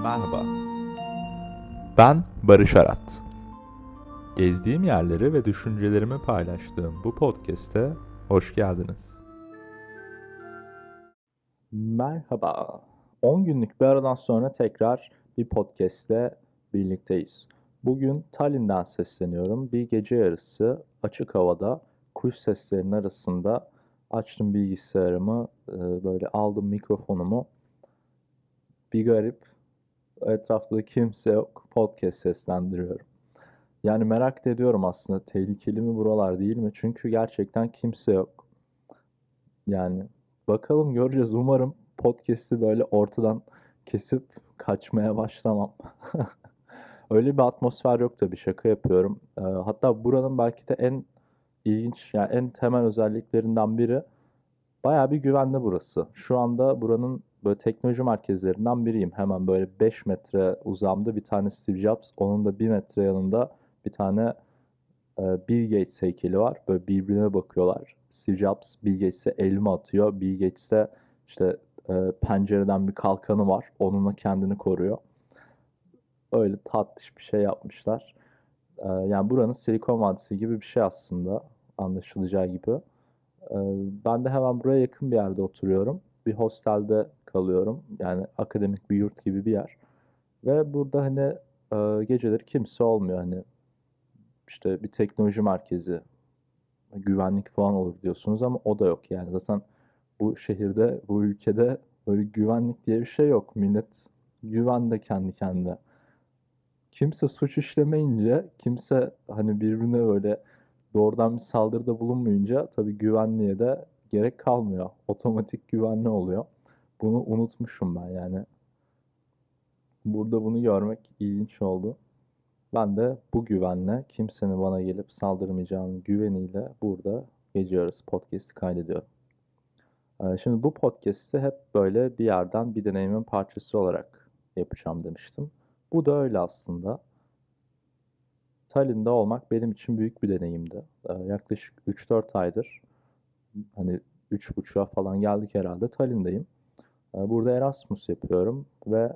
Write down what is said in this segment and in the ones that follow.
Merhaba, ben Barış Arat. Gezdiğim yerleri ve düşüncelerimi paylaştığım bu podcast'e hoş geldiniz. Merhaba, 10 günlük bir aradan sonra tekrar bir podcast'te birlikteyiz. Bugün Tallinn'den sesleniyorum. Bir gece yarısı açık havada kuş seslerinin arasında açtım bilgisayarımı, böyle aldım mikrofonumu. Bir garip, etrafta da kimse yok, podcast seslendiriyorum. Yani merak da ediyorum aslında tehlikeli mi buralar değil mi? Çünkü gerçekten kimse yok. Yani bakalım göreceğiz. Umarım podcast'i böyle ortadan kesip kaçmaya başlamam. Öyle bir atmosfer yok tabii, şaka yapıyorum. Hatta buranın belki de en ilginç, yani en temel özelliklerinden biri bayağı bir güvenli burası. Şu anda buranın böyle teknoloji merkezlerinden biriyim. Hemen böyle 5 metre uzamda bir tane Steve Jobs, onun da 1 metre yanında bir tane Bill Gates heykeli var. Böyle birbirine bakıyorlar. Steve Jobs Bill Gates'e elma atıyor. Bill Gates de işte pencereden bir kalkanı var. Onunla kendini koruyor. Öyle tatlış bir şey yapmışlar. Yani buranın Silikon Vadisi gibi bir şey aslında, anlaşılacağı gibi. E, Ben de hemen buraya yakın bir yerde oturuyorum. Bir hostelde kalıyorum. Yani akademik bir yurt gibi bir yer. Ve burada hani geceleri kimse olmuyor. Hani işte bir teknoloji merkezi, güvenlik falan olur diyorsunuz ama o da yok yani. Zaten bu şehirde, bu ülkede böyle güvenlik diye bir şey yok. Millet güvende kendi kendine. Kimse suç işlemeyince, kimse hani birbirine böyle doğrudan bir saldırıda bulunmayınca tabii güvenliğe de gerek kalmıyor. Otomatik güvenli oluyor. Bunu unutmuşum ben yani. Burada bunu görmek ilginç oldu. Ben de bu güvenle, kimsenin bana gelip saldırmayacağının güveniyle burada gece yarısı podcast'i kaydediyorum. Şimdi bu podcast'i hep böyle bir yerden bir deneyimin parçası olarak yapacağım demiştim. Bu da öyle aslında. Tallinn'de olmak benim için büyük bir deneyimdi. Yaklaşık 3-4 aydır, hani 3,5'a falan geldik herhalde, Tallinn'deyim. Burada Erasmus yapıyorum ve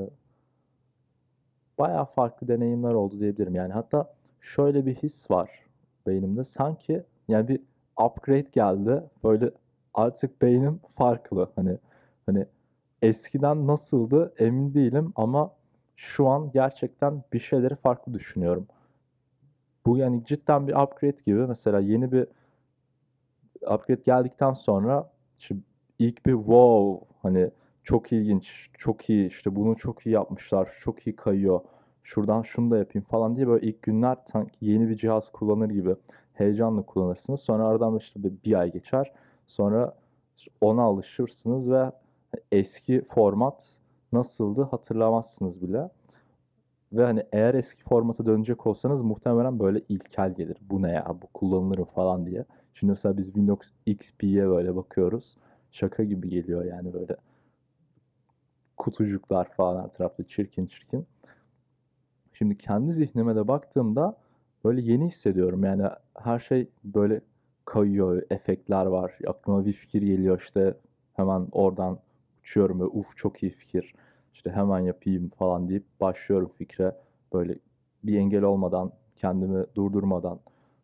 bayağı farklı deneyimler oldu diyebilirim. Yani hatta şöyle bir his var beynimde. Sanki yani bir upgrade geldi. Böyle artık beynim farklı. Hani eskiden nasıldı emin değilim ama şu an gerçekten bir şeyleri farklı düşünüyorum. Bu yani cidden bir upgrade gibi. Mesela yeni bir upgrade geldikten sonra işte ilk bir wow, hani çok ilginç, çok iyi, işte bunu çok iyi yapmışlar, çok iyi kayıyor. Şuradan şunu da yapayım falan diye böyle ilk günler sanki yeni bir cihaz kullanır gibi heyecanla kullanırsınız. Sonra aradan işte bir ay geçer. Sonra işte ona alışırsınız ve eski format nasıldı hatırlamazsınız bile. Ve hani eğer eski formata dönecek olsanız muhtemelen böyle ilkel gelir. Bu ne ya, bu kullanılır mı falan diye. Şimdi mesela biz Windows XP'ye böyle bakıyoruz. Şaka gibi geliyor yani, böyle kutucuklar falan her tarafta çirkin çirkin. Şimdi kendi zihnime de baktığımda böyle yeni hissediyorum. Yani her şey böyle kayıyor, efektler var. Aklıma bir fikir geliyor, işte hemen oradan uçuyorum ve uf çok iyi fikir. İşte hemen yapayım falan deyip başlıyorum fikre. Böyle bir engel olmadan, kendimi durdurmadan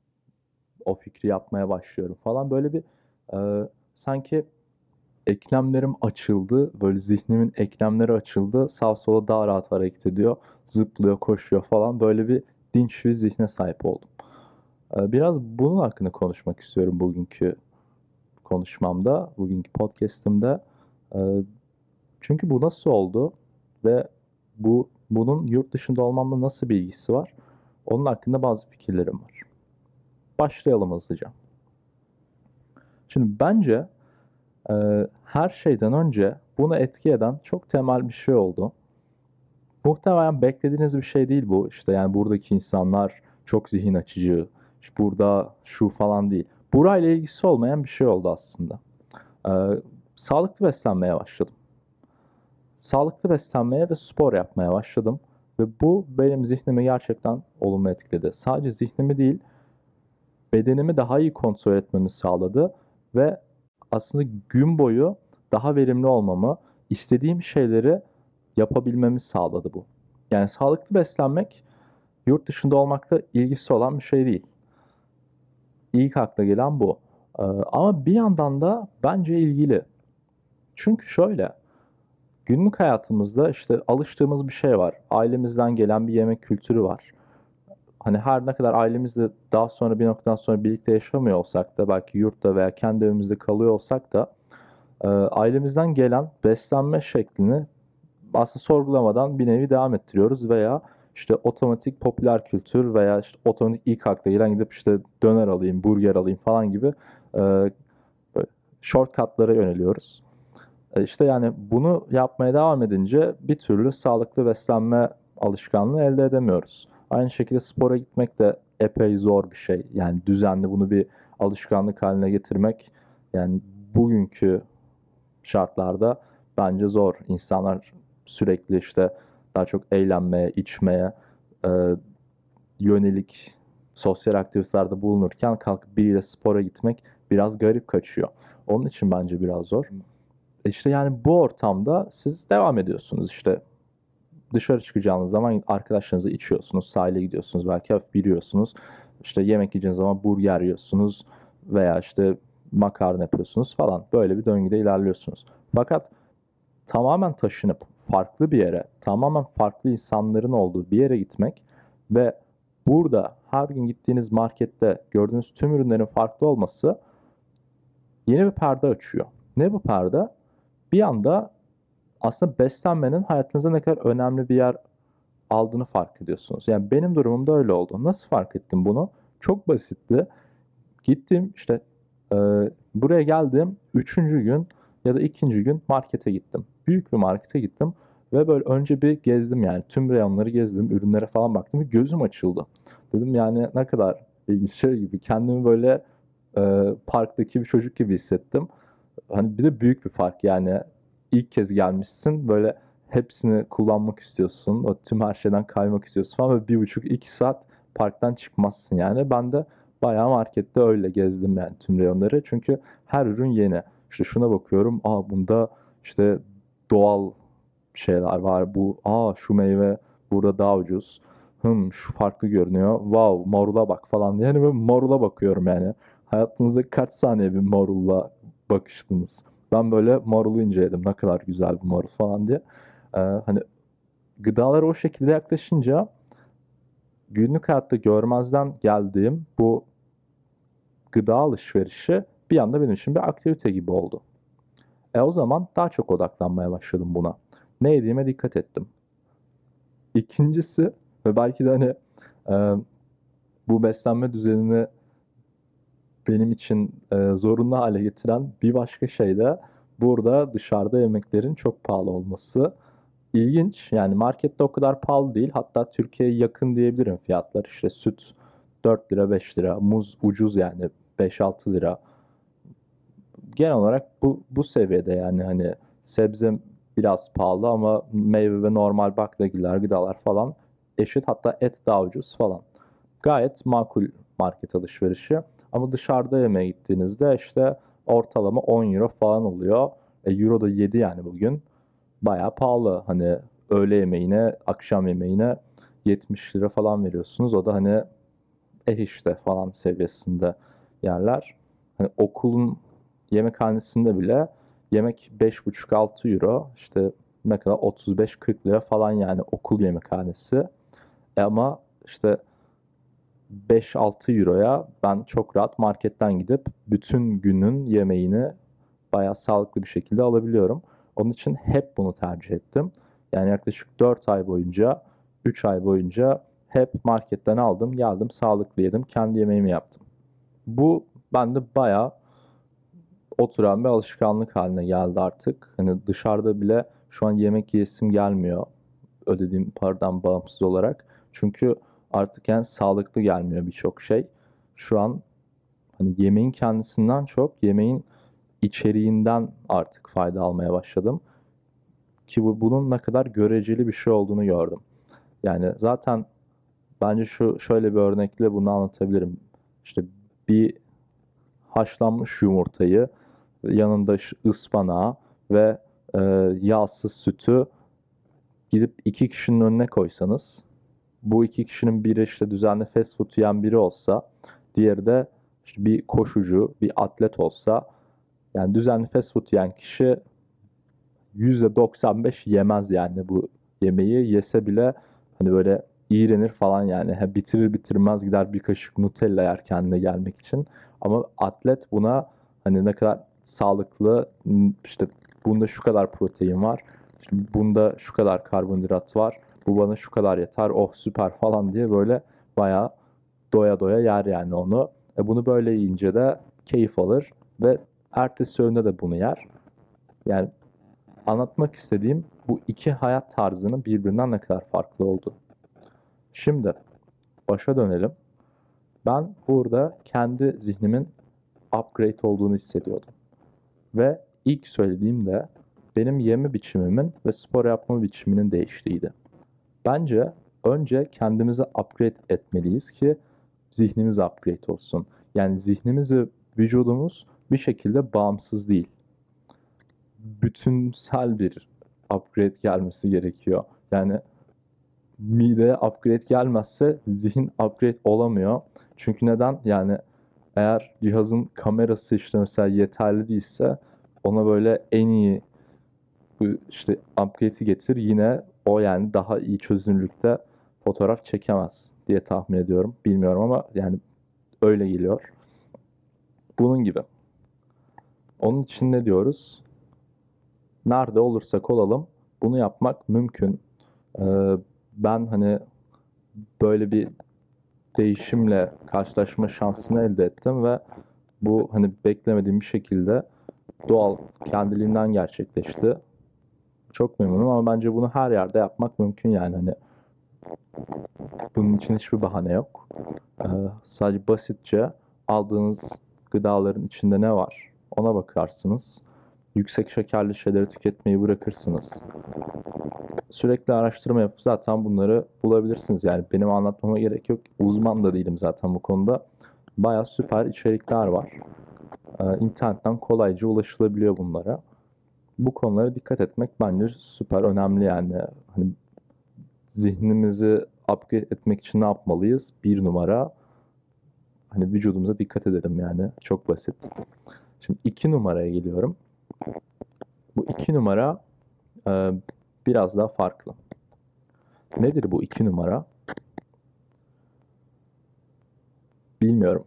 o fikri yapmaya başlıyorum falan. Böyle bir sanki eklemlerim açıldı. Böyle zihnimin eklemleri açıldı. Sağ sola daha rahat hareket ediyor. Zıplıyor, koşuyor falan. Böyle bir dinç bir zihne sahip oldum. Biraz bunun hakkında konuşmak istiyorum bugünkü konuşmamda, bugünkü podcast'imde. Ee, Çünkü bu nasıl oldu ve bunun yurt dışında olmamla nasıl bir ilgisi var? Onun hakkında bazı fikirlerim var. Başlayalım hızlıca. Şimdi bence her şeyden önce bunu etki eden çok temel bir şey oldu. Muhtemelen beklediğiniz bir şey değil bu. İşte yani buradaki insanlar çok zihin açıcı, işte burada şu falan değil. Burayla ilgisi olmayan bir şey oldu aslında. Ee, Sağlıklı beslenmeye başladım. Sağlıklı beslenmeye ve spor yapmaya başladım. Ve bu benim zihnimi gerçekten olumlu etkiledi. Sadece zihnimi değil, bedenimi daha iyi kontrol etmemi sağladı. Ve aslında gün boyu daha verimli olmamı, istediğim şeyleri yapabilmemi sağladı bu. Yani sağlıklı beslenmek yurt dışında olmakta ilgisi olan bir şey değil. İlk akla gelen bu. Ama bir yandan da bence ilgili. Çünkü şöyle, günlük hayatımızda işte alıştığımız bir şey var. Ailemizden gelen bir yemek kültürü var. Hani her ne kadar ailemizle daha sonra bir noktadan sonra birlikte yaşamıyor olsak da, belki yurtta veya kendi evimizde kalıyor olsak da ailemizden gelen beslenme şeklini aslında sorgulamadan bir nevi devam ettiriyoruz veya işte otomatik popüler kültür veya işte otomatik ilk akla gelen gidip işte döner alayım, burger alayım falan gibi e, shortcutlara yöneliyoruz. İşte yani bunu yapmaya devam edince bir türlü sağlıklı beslenme alışkanlığı elde edemiyoruz. Aynı şekilde spora gitmek de epey zor bir şey. Yani düzenli bunu bir alışkanlık haline getirmek, yani bugünkü şartlarda bence zor. İnsanlar sürekli işte daha çok eğlenmeye, içmeye e, yönelik sosyal aktivitelerde bulunurken kalkıp biriyle spora gitmek biraz garip kaçıyor. Onun için bence biraz zor. İşte yani bu ortamda siz devam ediyorsunuz. İşte dışarı çıkacağınız zaman arkadaşlarınızla içiyorsunuz, sahile gidiyorsunuz, belki hafif yürüyorsunuz. İşte yemek yiyeceğiniz zaman burger yiyorsunuz veya işte makarna yapıyorsunuz falan. Böyle bir döngüde ilerliyorsunuz. Fakat tamamen taşınıp farklı bir yere, tamamen farklı insanların olduğu bir yere gitmek ve burada her gün gittiğiniz markette gördüğünüz tüm ürünlerin farklı olması yeni bir perde açıyor. Ne bu perde? Bir anda aslında beslenmenin hayatınızda ne kadar önemli bir yer aldığını fark ediyorsunuz. Yani benim durumumda öyle oldu. Nasıl fark ettim bunu? Çok basitti. Gittim işte e, buraya geldim. Üçüncü gün ya da ikinci gün markete gittim. Büyük bir markete gittim. Ve böyle önce bir gezdim yani. Tüm reyonları gezdim. Ürünlere falan baktım ve gözüm açıldı. Dedim yani ne kadar ilginç şey gibi. Kendimi böyle parktaki bir çocuk gibi hissettim. Hani bir de büyük bir fark yani. İlk kez gelmişsin böyle hepsini kullanmak istiyorsun. O tüm her şeyden kaymak istiyorsun falan ve 1,5-2 saat parktan çıkmazsın yani. Ben de bayağı markette öyle gezdim yani tüm reyonları. Çünkü her ürün yeni. İşte şuna bakıyorum. Aa bunda işte doğal şeyler var. Şu meyve burada daha ucuz. Şu farklı görünüyor. Wow, marula bak falan. Yani ben marula bakıyorum yani. Hayatınızda kaç saniye bir marulla bakıştınız? Ben böyle marulu inceledim. Ne kadar güzel bir marul falan diye. Hani gıdalara o şekilde yaklaşınca günlük hayatta görmezden geldiğim bu gıda alışverişi bir anda benim için bir aktivite gibi oldu. O zaman daha çok odaklanmaya başladım buna. Ne yediğime dikkat ettim. İkincisi ve belki de hani e, bu beslenme düzenini benim için zorunlu hale getiren bir başka şey de burada dışarıda yemeklerin çok pahalı olması. İlginç. Yani markette o kadar pahalı değil. Hatta Türkiye'ye yakın diyebilirim fiyatlar. İşte süt 4 lira 5 lira. Muz ucuz yani 5-6 lira. Genel olarak bu seviyede yani hani sebze biraz pahalı ama meyve ve normal baklagiller, gıdalar falan eşit. Hatta et daha ucuz falan. Gayet makul market alışverişi. Ama dışarıda yemeğe gittiğinizde işte ortalama 10 euro falan oluyor. Euro da 7 yani bugün. Bayağı pahalı. Hani öğle yemeğine, akşam yemeğine 70 lira falan veriyorsunuz. O da hani işte falan seviyesinde yerler. Hani okulun yemekhanesinde bile yemek 5,5-6 euro. İşte ne kadar 35-40 lira falan yani okul yemekhanesi. Ama işte 5-6 euroya ben çok rahat marketten gidip bütün günün yemeğini bayağı sağlıklı bir şekilde alabiliyorum. Onun için hep bunu tercih ettim. Yani yaklaşık 4 ay boyunca, 3 ay boyunca hep marketten aldım, geldim, sağlıklı yedim, kendi yemeğimi yaptım. Bu bende bayağı oturan bir alışkanlık haline geldi artık. Hani dışarıda bile şu an yemek yiyesim gelmiyor ödediğim paradan bağımsız olarak. Çünkü artık yani sağlıklı gelmiyor birçok şey. Şu an hani yemeğin kendisinden çok yemeğin içeriğinden artık fayda almaya başladım. Ki bunun ne kadar göreceli bir şey olduğunu gördüm. Yani zaten bence şöyle bir örnekle bunu anlatabilirim. İşte bir haşlanmış yumurtayı yanında ıspanağı ve e, yağsız sütü gidip iki kişinin önüne koysanız, bu iki kişinin biri işte düzenli fast food yiyen biri olsa, diğeri de işte bir koşucu, bir atlet olsa, yani düzenli fast food yiyen kişi %95 yemez yani bu yemeği. Yese bile hani böyle iğrenir falan yani. Bitirir bitirmez gider bir kaşık Nutella yer kendine gelmek için. Ama atlet buna hani ne kadar sağlıklı, işte bunda şu kadar protein var, işte bunda şu kadar karbonhidrat var, bu bana şu kadar yeter, oh süper falan diye böyle bayağı doya doya yer yani onu. Bunu böyle yiyince de keyif alır ve ertesi öğünde de bunu yer. Yani anlatmak istediğim bu iki hayat tarzının birbirinden ne kadar farklı olduğu. Şimdi başa dönelim. Ben burada kendi zihnimin upgrade olduğunu hissediyordum. Ve ilk söylediğimde benim yeme biçimimin ve spor yapma biçiminin değiştiğiydi. Bence önce kendimizi upgrade etmeliyiz ki zihnimiz upgrade olsun. Yani zihnimiz ve vücudumuz bir şekilde bağımsız değil. Bütünsel bir upgrade gelmesi gerekiyor. Yani mideye upgrade gelmezse zihin upgrade olamıyor. Çünkü neden? Yani eğer cihazın kamerası işte mesela yeterli değilse ona böyle en iyi işte upgrade'i getir, yine o yani daha iyi çözünürlükte fotoğraf çekemez diye tahmin ediyorum. Bilmiyorum ama yani öyle geliyor. Bunun gibi. Onun için ne diyoruz? Nerede olursak olalım bunu yapmak mümkün. Ben hani böyle bir değişimle karşılaşma şansını elde ettim ve bu hani beklemediğim bir şekilde doğal, kendiliğinden gerçekleşti. Çok memnunum ama bence bunu her yerde yapmak mümkün yani hani bunun için hiçbir bahane yok. Sadece basitçe aldığınız gıdaların içinde ne var ona bakarsınız. Yüksek şekerli şeyleri tüketmeyi bırakırsınız. Sürekli araştırma yapıp zaten bunları bulabilirsiniz. Yani benim anlatmama gerek yok. Uzman da değilim zaten bu konuda. Bayağı süper içerikler var. İnternetten kolayca ulaşılabiliyor bunlara. Bu konulara dikkat etmek bence süper önemli yani. Hani zihnimizi upgrade etmek için ne yapmalıyız? Bir numara, hani vücudumuza dikkat edelim yani. Çok basit. Şimdi 2 numaraya geliyorum. Bu 2 numara biraz daha farklı. Nedir bu 2 numara? Bilmiyorum.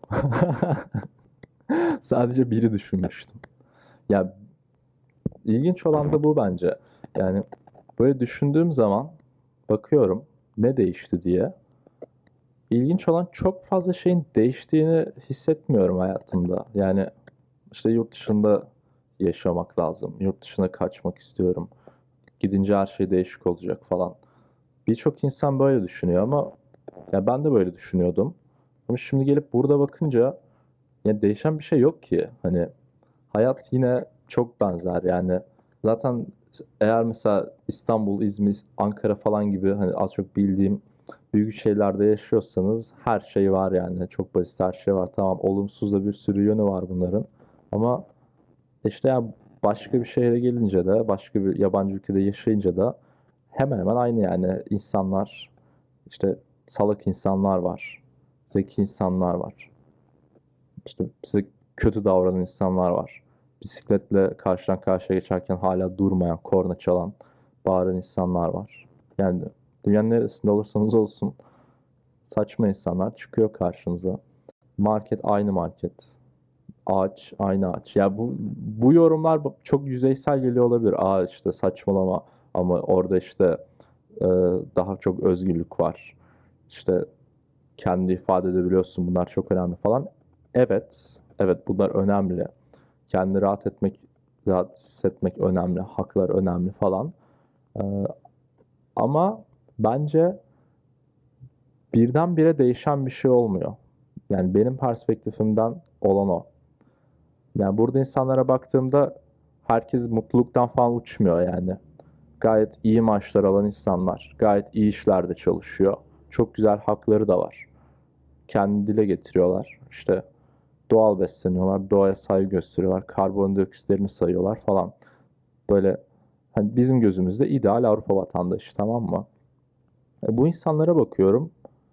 Sadece biri düşünmüştüm. Ya ilginç olan da bu bence. Yani böyle düşündüğüm zaman bakıyorum ne değişti diye. İlginç olan çok fazla şeyin değiştiğini hissetmiyorum hayatımda. Yani işte yurt dışında yaşamak lazım. Yurt dışına kaçmak istiyorum. Gidince her şey değişik olacak falan. Birçok insan böyle düşünüyor ama ya ben de böyle düşünüyordum. Ama şimdi gelip burada bakınca ya değişen bir şey yok ki. Hani hayat yine çok benzer yani. Zaten eğer mesela İstanbul, İzmir, Ankara falan gibi hani az çok bildiğim büyük şehirlerde yaşıyorsanız her şey var yani. Çok basit her şey var. Tamam, olumsuz da bir sürü yönü var bunların. Ama işte yani başka bir şehre gelince de, başka bir yabancı ülkede yaşayınca da hemen hemen aynı yani. İnsanlar işte salak insanlar var. Zeki insanlar var. İşte size kötü davranan insanlar var. Bisikletle karşıdan karşıya geçerken hala durmayan, korna çalan, bağıran insanlar var. Yani dünyanın neresinde olursanız olsun saçma insanlar çıkıyor karşınıza. Market aynı market. Ağaç aynı ağaç. Ya bu yorumlar çok yüzeysel geliyor olabilir. Aa işte saçmalama ama orada işte e, daha çok özgürlük var. İşte kendi ifade edebiliyorsun. Bunlar çok önemli falan. Evet, evet bunlar önemli. Kendini rahat etmek, rahat hissetmek önemli. Haklar önemli falan. Ee, ama bence birdenbire değişen bir şey olmuyor. Yani benim perspektifimden olan o. Yani burada insanlara baktığımda herkes mutluluktan falan uçmuyor yani. Gayet iyi maaşlar alan insanlar, gayet iyi işlerde çalışıyor. Çok güzel hakları da var. Kendi dile getiriyorlar. İşte doğal besleniyorlar, doğaya saygı gösteriyorlar, karbondioksitlerini sayıyorlar falan. Böyle Hani bizim gözümüzde ideal Avrupa vatandaşı, tamam mı? Bu insanlara bakıyorum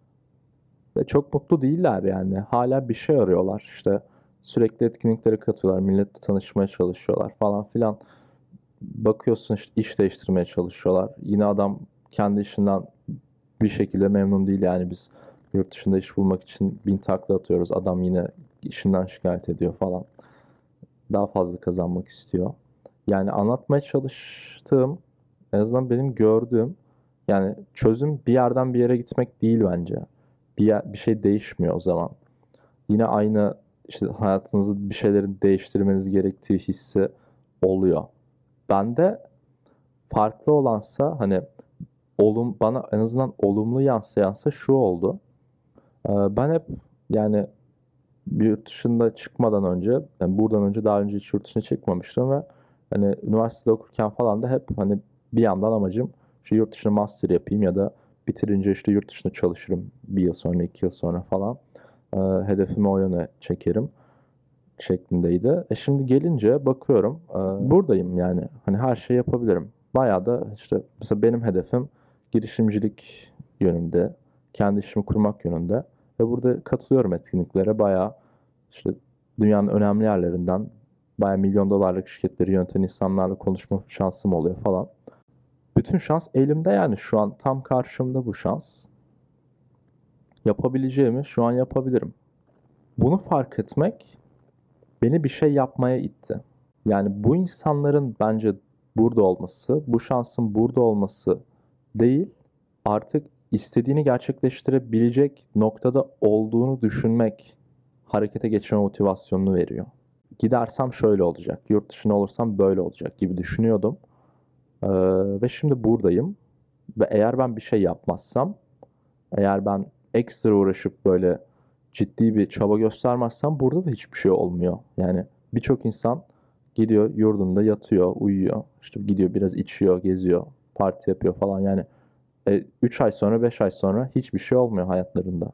ve çok mutlu değiller yani. Hala bir şey arıyorlar. İşte sürekli etkinliklere katıyorlar. Milletle tanışmaya çalışıyorlar falan filan. Bakıyorsun işte iş değiştirmeye çalışıyorlar. Yine adam kendi işinden bir şekilde memnun değil yani. Biz yurt dışında iş bulmak için 1000 takla atıyoruz. Adam yine işinden şikayet ediyor falan. Daha fazla kazanmak istiyor. Yani anlatmaya çalıştığım, en azından benim gördüğüm, yani çözüm bir yerden bir yere gitmek değil bence. Bir şey değişmiyor o zaman. Yine aynı işte hayatınızda bir şeylerin değiştirmeniz gerektiği hissi oluyor. Bende farklı olansa hani bana en azından olumlu yansıyansa şu oldu. Ben hep yani bir yurt dışında çıkmadan önce, yani buradan önce daha önce hiç yurt dışına çıkmamıştım ve hani üniversitede okurken falan da hep hani bir yandan amacım işte yurt dışına master yapayım ya da bitirince işte yurt dışında çalışırım bir yıl sonra, 2 yıl sonra falan. Hedefimi o yöne çekerim şeklindeydi. Şimdi gelince bakıyorum buradayım yani hani her şeyi yapabilirim. Bayağı da işte mesela benim hedefim girişimcilik yönünde, kendi işimi kurmak yönünde ve burada katılıyorum etkinliklere. Bayağı işte dünyanın önemli yerlerinden bayağı milyon dolarlık şirketleri yöneten insanlarla konuşma şansım oluyor falan. Bütün şans elimde yani şu an tam karşımda bu şans. Yapabileceğimi şu an yapabilirim. Bunu fark etmek beni bir şey yapmaya itti. Yani bu insanların bence burada olması, bu şansın burada olması değil, artık istediğini gerçekleştirebilecek noktada olduğunu düşünmek harekete geçme motivasyonunu veriyor. Gidersem şöyle olacak, yurt dışına olursam böyle olacak gibi düşünüyordum. Ee, Ve şimdi buradayım. Ve eğer ben bir şey yapmazsam, eğer ben ekstra uğraşıp böyle ciddi bir çaba göstermezsem burada da hiçbir şey olmuyor. Yani birçok insan gidiyor yurdunda yatıyor, uyuyor. İşte gidiyor biraz içiyor, geziyor, parti yapıyor falan. Yani 3 ay sonra, 5 ay sonra hiçbir şey olmuyor hayatlarında.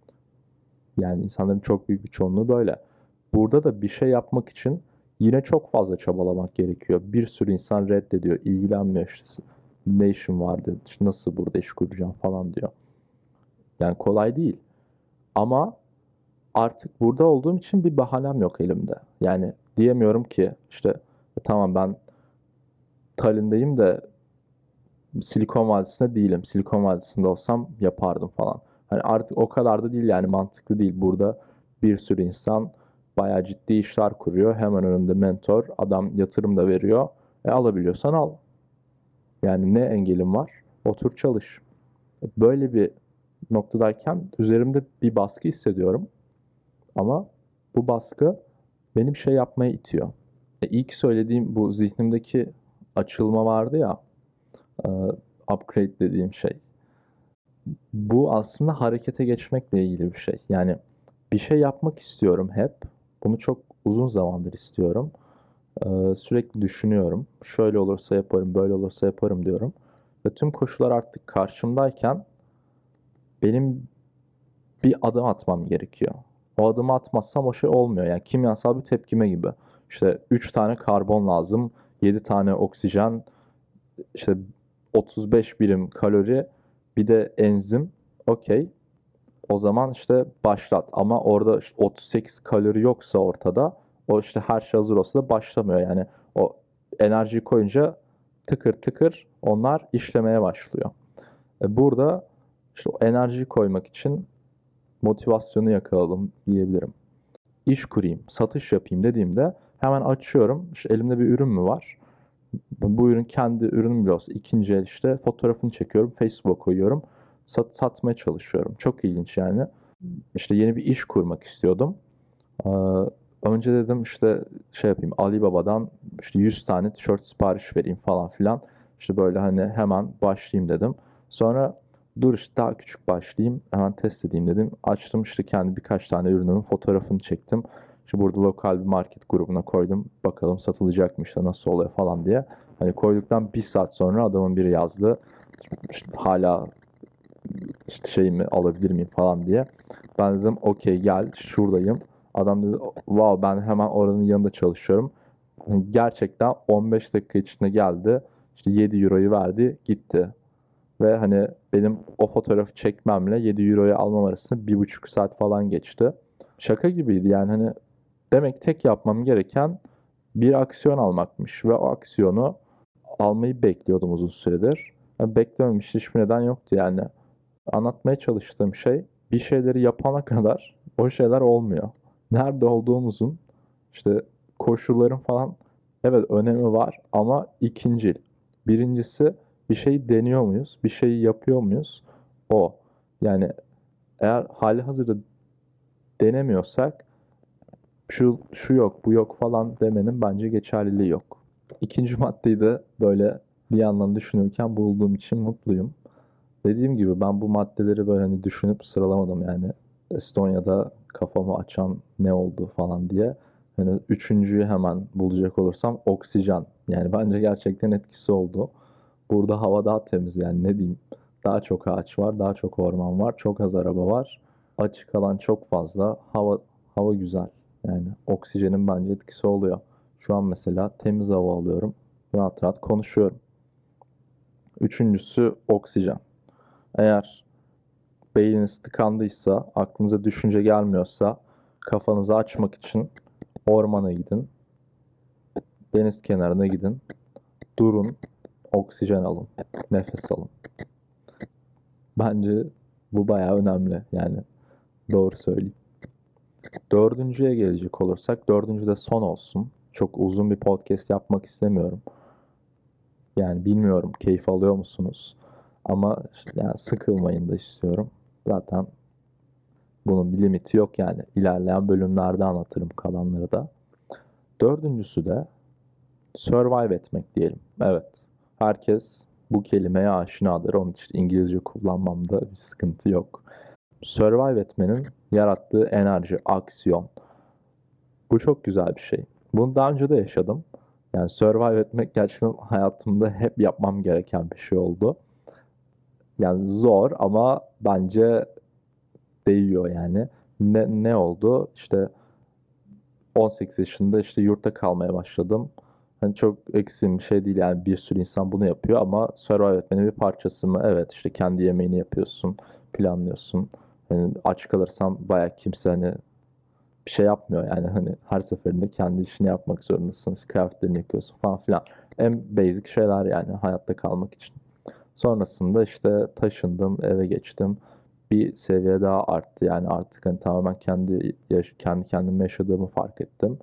Yani insanların çok büyük bir çoğunluğu böyle. Burada da bir şey yapmak için yine çok fazla çabalamak gerekiyor. Bir sürü insan reddediyor, ilgilenmiyor işte. Ne işin var diyor, işte nasıl burada iş kuracağım falan diyor. Yani kolay değil. Ama artık burada olduğum için bir bahanem yok elimde. Yani diyemiyorum ki işte tamam ben Tallinn'deyim de Silikon Vadisi'nde değilim. Silikon Vadisi'nde olsam yapardım falan. Hani artık o kadar da değil yani mantıklı değil. Burada bir sürü insan bayağı ciddi işler kuruyor. Hemen önünde mentor, adam yatırım da veriyor. Alabiliyorsan al. Yani ne engelim var? Otur çalış. Böyle bir noktadayken üzerimde bir baskı hissediyorum. Ama bu baskı beni bir şey yapmaya itiyor. İlk söylediğim bu zihnimdeki açılma vardı ya, e, upgrade dediğim şey. Bu aslında harekete geçmekle ilgili bir şey. Yani bir şey yapmak istiyorum hep. Bunu çok uzun zamandır istiyorum. Sürekli düşünüyorum. Şöyle olursa yaparım, böyle olursa yaparım diyorum. Ve tüm koşullar artık karşımdayken benim bir adım atmam gerekiyor. O adımı atmazsam o şey olmuyor. Yani kimyasal bir tepkime gibi. İşte 3 tane karbon lazım, 7 tane oksijen, işte 35 birim kalori, bir de enzim. Okey. O zaman işte başlat. Ama orada işte 38 kalori yoksa ortada, o işte her şey hazır olsa da başlamıyor. Yani o enerjiyi koyunca tıkır tıkır onlar işlemeye başlıyor. Burada işte o enerjiyi koymak için motivasyonu yakaladım diyebilirim. İş kurayım, satış yapayım dediğimde hemen açıyorum. İşte elimde bir ürün mü var? Bu ürün kendi ürünüm bile olsa ikinci el işte fotoğrafını çekiyorum, Facebook'a koyuyorum. Satmaya çalışıyorum. Çok ilginç yani. İşte yeni bir iş kurmak istiyordum. Ee, Önce dedim işte şey yapayım, Alibaba'dan işte 100 tane tişört sipariş vereyim falan filan. İşte böyle hani hemen başlayayım dedim. Sonra dur işte daha küçük başlayayım, hemen test edeyim dedim. Açtım işte kendi birkaç tane ürünümün fotoğrafını çektim. İşte burada lokal bir market grubuna koydum. Bakalım satılacak mı işte nasıl oluyor falan diye. Hani koyduktan bir saat sonra adamın biri yazdı. İşte hala işte şeyimi alabilir miyim falan diye. Ben dedim okey gel şuradayım. Adam dedi wow ben hemen oranın yanında çalışıyorum. Gerçekten 15 dakika içinde geldi. İşte 7 euroyu verdi gitti. Ve hani benim o fotoğrafı çekmemle 7 euroyu almam arasında 1,5 saat falan geçti. Şaka gibiydi yani hani demek tek yapmam gereken bir aksiyon almakmış. Ve o aksiyonu almayı bekliyordum uzun süredir. Yani beklememiş hiçbir neden yoktu yani. Anlatmaya çalıştığım şey bir şeyleri yapana kadar o şeyler olmuyor. Nerede olduğumuzun işte koşulların falan evet önemi var ama ikincil. Birincisi bir şeyi deniyor muyuz? Bir şeyi yapıyor muyuz? O. Yani eğer hali hazırda denemiyorsak şu yok bu yok falan demenin bence geçerliliği yok. İkinci maddeyi de böyle bir yandan düşünürken bulduğum için mutluyum. Dediğim gibi ben bu maddeleri böyle hani düşünüp sıralamadım yani. Estonya'da kafamı açan ne oldu falan diye. Hani üçüncüyü hemen bulacak olursam oksijen. Yani bence gerçekten etkisi oldu. Burada hava daha temiz yani ne diyeyim. Daha çok ağaç var, daha çok orman var, çok az araba var. Açık alan çok fazla. Hava güzel. Yani oksijenin bence etkisi oluyor. Şu an mesela temiz hava alıyorum. Rahat rahat konuşuyorum. Üçüncüsü oksijen. Eğer beyniniz tıkandıysa, aklınıza düşünce gelmiyorsa kafanızı açmak için ormana gidin, deniz kenarına gidin, durun, oksijen alın, nefes alın. Bence bu bayağı önemli yani doğru söyleyeyim. Dördüncüye gelecek olursak, dördüncü de son olsun. Çok uzun bir podcast yapmak istemiyorum. Yani bilmiyorum keyif alıyor musunuz? Ama yani sıkılmayın da istiyorum. Zaten bunun bir limiti yok yani. İlerleyen bölümlerde anlatırım kalanları da. Dördüncüsü de survive etmek diyelim. Evet. Herkes bu kelimeye aşinadır. Onun için İngilizce kullanmamda bir sıkıntı yok. Survive etmenin yarattığı enerji, aksiyon. Bu çok güzel bir şey. Bunu daha önce de yaşadım. Yani survive etmek gerçekten hayatımda hep yapmam gereken bir şey oldu. Yani zor ama bence değiyor yani. Ne oldu? İşte 18 yaşında işte yurtta kalmaya başladım. Hani çok ekstrem bir şey değil yani bir sürü insan bunu yapıyor ama survive etmenin bir parçası mı? Evet işte kendi yemeğini yapıyorsun, planlıyorsun. Hani aç kalırsam bayağı kimse hani bir şey yapmıyor yani hani her seferinde kendi işini yapmak zorundasın. İşte kıyafetlerini yıkıyorsun falan filan. En basic şeyler yani hayatta kalmak için. Sonrasında işte taşındım, eve geçtim. Bir seviye daha arttı. Yani artık hani tamamen kendi kendime yaşadığımı fark ettim.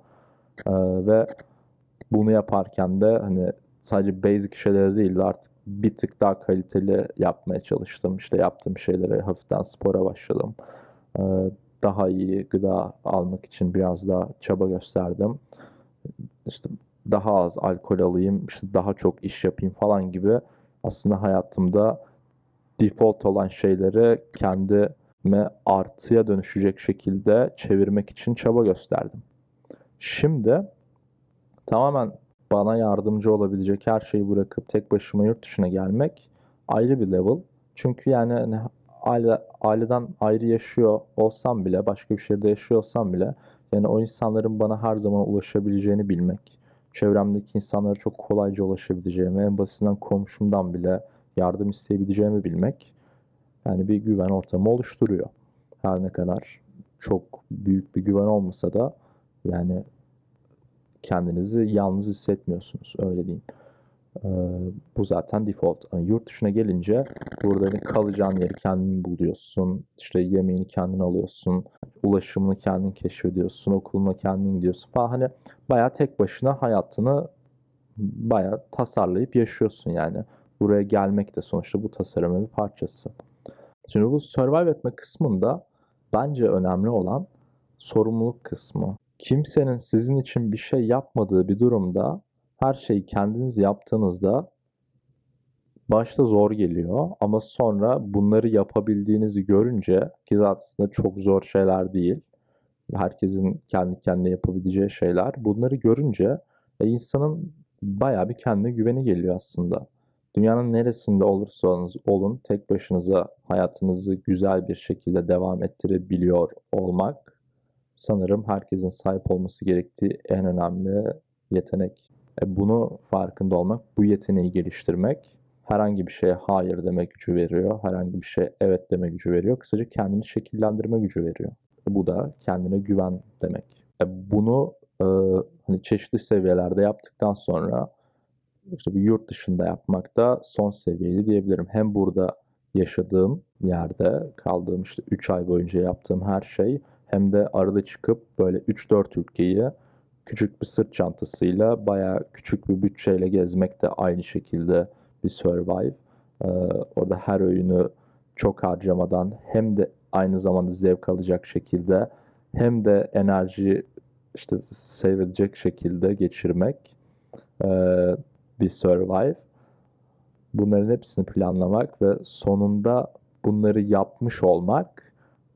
Ve bunu yaparken de hani sadece basic şeyleri değil de artık bir tık daha kaliteli yapmaya çalıştım. İşte yaptığım şeylere hafiften spora başladım. Ee, Daha iyi gıda almak için biraz daha çaba gösterdim. İşte daha az alkol alayım, işte daha çok iş yapayım falan gibi aslında hayatımda default olan şeyleri kendime artıya dönüşecek şekilde çevirmek için çaba gösterdim. Şimdi tamamen bana yardımcı olabilecek her şeyi bırakıp tek başıma yurt dışına gelmek ayrı bir level. Çünkü yani hani aileden ayrı yaşıyor olsam bile, başka bir şehirde yaşıyor olsam bile yani o insanların bana her zaman ulaşabileceğini bilmek, çevremdeki insanlara çok kolayca ulaşabileceğimi, en basitinden komşumdan bile yardım isteyebileceğimi bilmek yani bir güven ortamı oluşturuyor. Her ne kadar çok büyük bir güven olmasa da yani kendinizi yalnız hissetmiyorsunuz öyle diyeyim. Ee, Bu zaten default. Yani yurt dışına gelince burada hani kalacağın yeri kendin buluyorsun. İşte yemeğini kendin alıyorsun. Ulaşımını kendin keşfediyorsun. Okuluna kendin gidiyorsun falan. Hani bayağı tek başına hayatını bayağı tasarlayıp yaşıyorsun yani. Buraya gelmek de sonuçta bu tasarımın bir parçası. Şimdi bu survive etme kısmında bence önemli olan sorumluluk kısmı. Kimsenin sizin için bir şey yapmadığı bir durumda her şeyi kendiniz yaptığınızda başta zor geliyor ama sonra bunları yapabildiğinizi görünce ki aslında çok zor şeyler değil. Herkesin kendi kendine yapabileceği şeyler. Bunları görünce insanın bayağı bir kendine güveni geliyor aslında. Dünyanın neresinde olursanız olun tek başınıza hayatınızı güzel bir şekilde devam ettirebiliyor olmak sanırım herkesin sahip olması gerektiği en önemli yetenek. Bunu farkında olmak, bu yeteneği geliştirmek herhangi bir şeye hayır deme gücü veriyor. Herhangi bir şeye evet deme gücü veriyor. Kısaca kendini şekillendirme gücü veriyor. Bu da kendine güven demek. Bunu hani çeşitli seviyelerde yaptıktan sonra işte bir yurt dışında yapmak da son seviyeli diyebilirim. Hem burada yaşadığım yerde kaldığım işte 3 ay boyunca yaptığım her şey hem de arada çıkıp böyle 3-4 ülkeyi küçük bir sırt çantasıyla bayağı küçük bir bütçeyle gezmek de aynı şekilde bir survive. Ee, Orada her öğünü çok harcamadan hem de aynı zamanda zevk alacak şekilde hem de enerji işte save edecek şekilde geçirmek bir survive. Bunların hepsini planlamak ve sonunda bunları yapmış olmak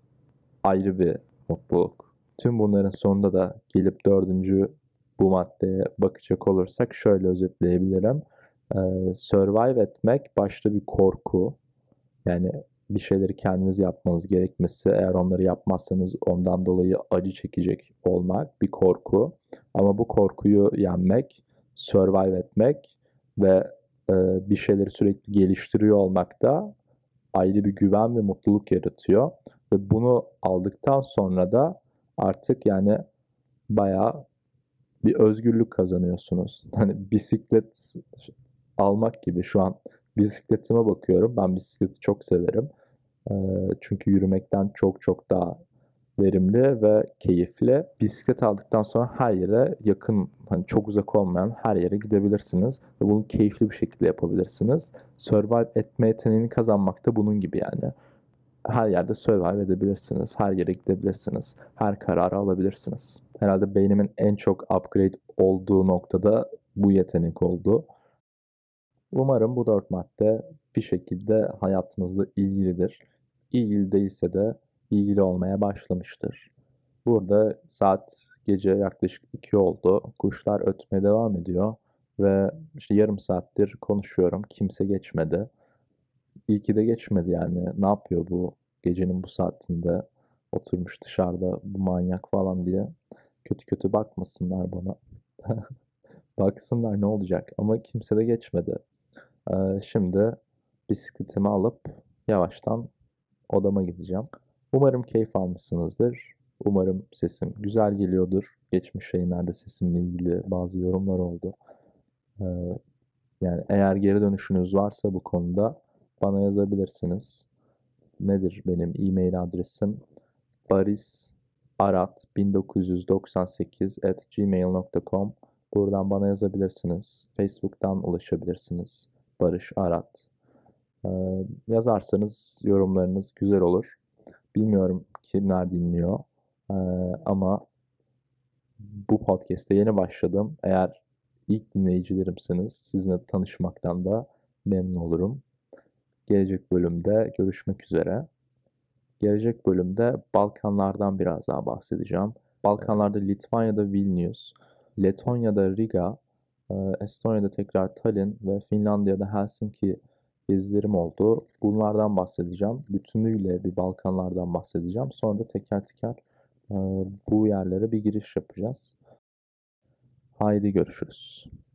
ayrı bir mutluluk. Tüm bunların sonunda da gelip dördüncü bu maddeye bakacak olursak şöyle özetleyebilirim. Survive etmek başta bir korku. Yani bir şeyleri kendiniz yapmanız gerekmesi, eğer onları yapmazsanız ondan dolayı acı çekecek olmak bir korku. Ama bu korkuyu yenmek, survive etmek ve bir şeyleri sürekli geliştiriyor olmak da ayrı bir güven ve mutluluk yaratıyor. Ve bunu aldıktan sonra da artık yani bayağı bir özgürlük kazanıyorsunuz. Hani bisiklet almak gibi şu an bisikletime bakıyorum. Ben bisikleti çok severim. Çünkü yürümekten çok çok daha verimli ve keyifli. Bisiklet aldıktan sonra her yere yakın, hani çok uzak olmayan her yere gidebilirsiniz ve bunu keyifli bir şekilde yapabilirsiniz. Survive etme yeteneğini kazanmak da bunun gibi yani. Her yerde survive edebilirsiniz, her yere gidebilirsiniz, her kararı alabilirsiniz. Herhalde beynimin en çok upgrade olduğu noktada bu yetenek oldu. Umarım bu 4 madde bir şekilde hayatınızla ilgilidir. İlgili değilse de ilgili olmaya başlamıştır. Burada saat gece yaklaşık 2 oldu. Kuşlar ötmeye devam ediyor ve işte yarım saattir konuşuyorum. Kimse geçmedi. İyi ki de geçmedi yani. Ne yapıyor bu gecenin bu saatinde oturmuş dışarıda bu manyak falan diye. Kötü kötü bakmasınlar bana. Baksınlar ne olacak ama kimse de geçmedi. Şimdi bisikletimi alıp yavaştan odama gideceğim. Umarım keyif almışsınızdır. Umarım sesim güzel geliyordur. Geçmiş yayınlarda sesimle ilgili bazı yorumlar oldu. Ee, Yani eğer geri dönüşünüz varsa bu konuda bana yazabilirsiniz. Nedir benim e-mail adresim? barisarat1998@gmail.com. Buradan bana yazabilirsiniz. Facebook'tan ulaşabilirsiniz. Barış Arat. Yazarsanız yorumlarınız güzel olur. Bilmiyorum kimler dinliyor. Ee, Ama bu podcast'te yeni başladım. Eğer ilk dinleyicilerimseniz sizinle tanışmaktan da memnun olurum. Gelecek bölümde görüşmek üzere. Gelecek bölümde Balkanlardan biraz daha bahsedeceğim. Balkanlarda Litvanya'da Vilnius, Letonya'da Riga, Estonya'da tekrar Tallinn ve Finlandiya'da Helsinki gezilerim oldu. Bunlardan bahsedeceğim. Bütünüyle bir Balkanlardan bahsedeceğim. Sonra da teker teker bu yerlere bir giriş yapacağız. Haydi görüşürüz.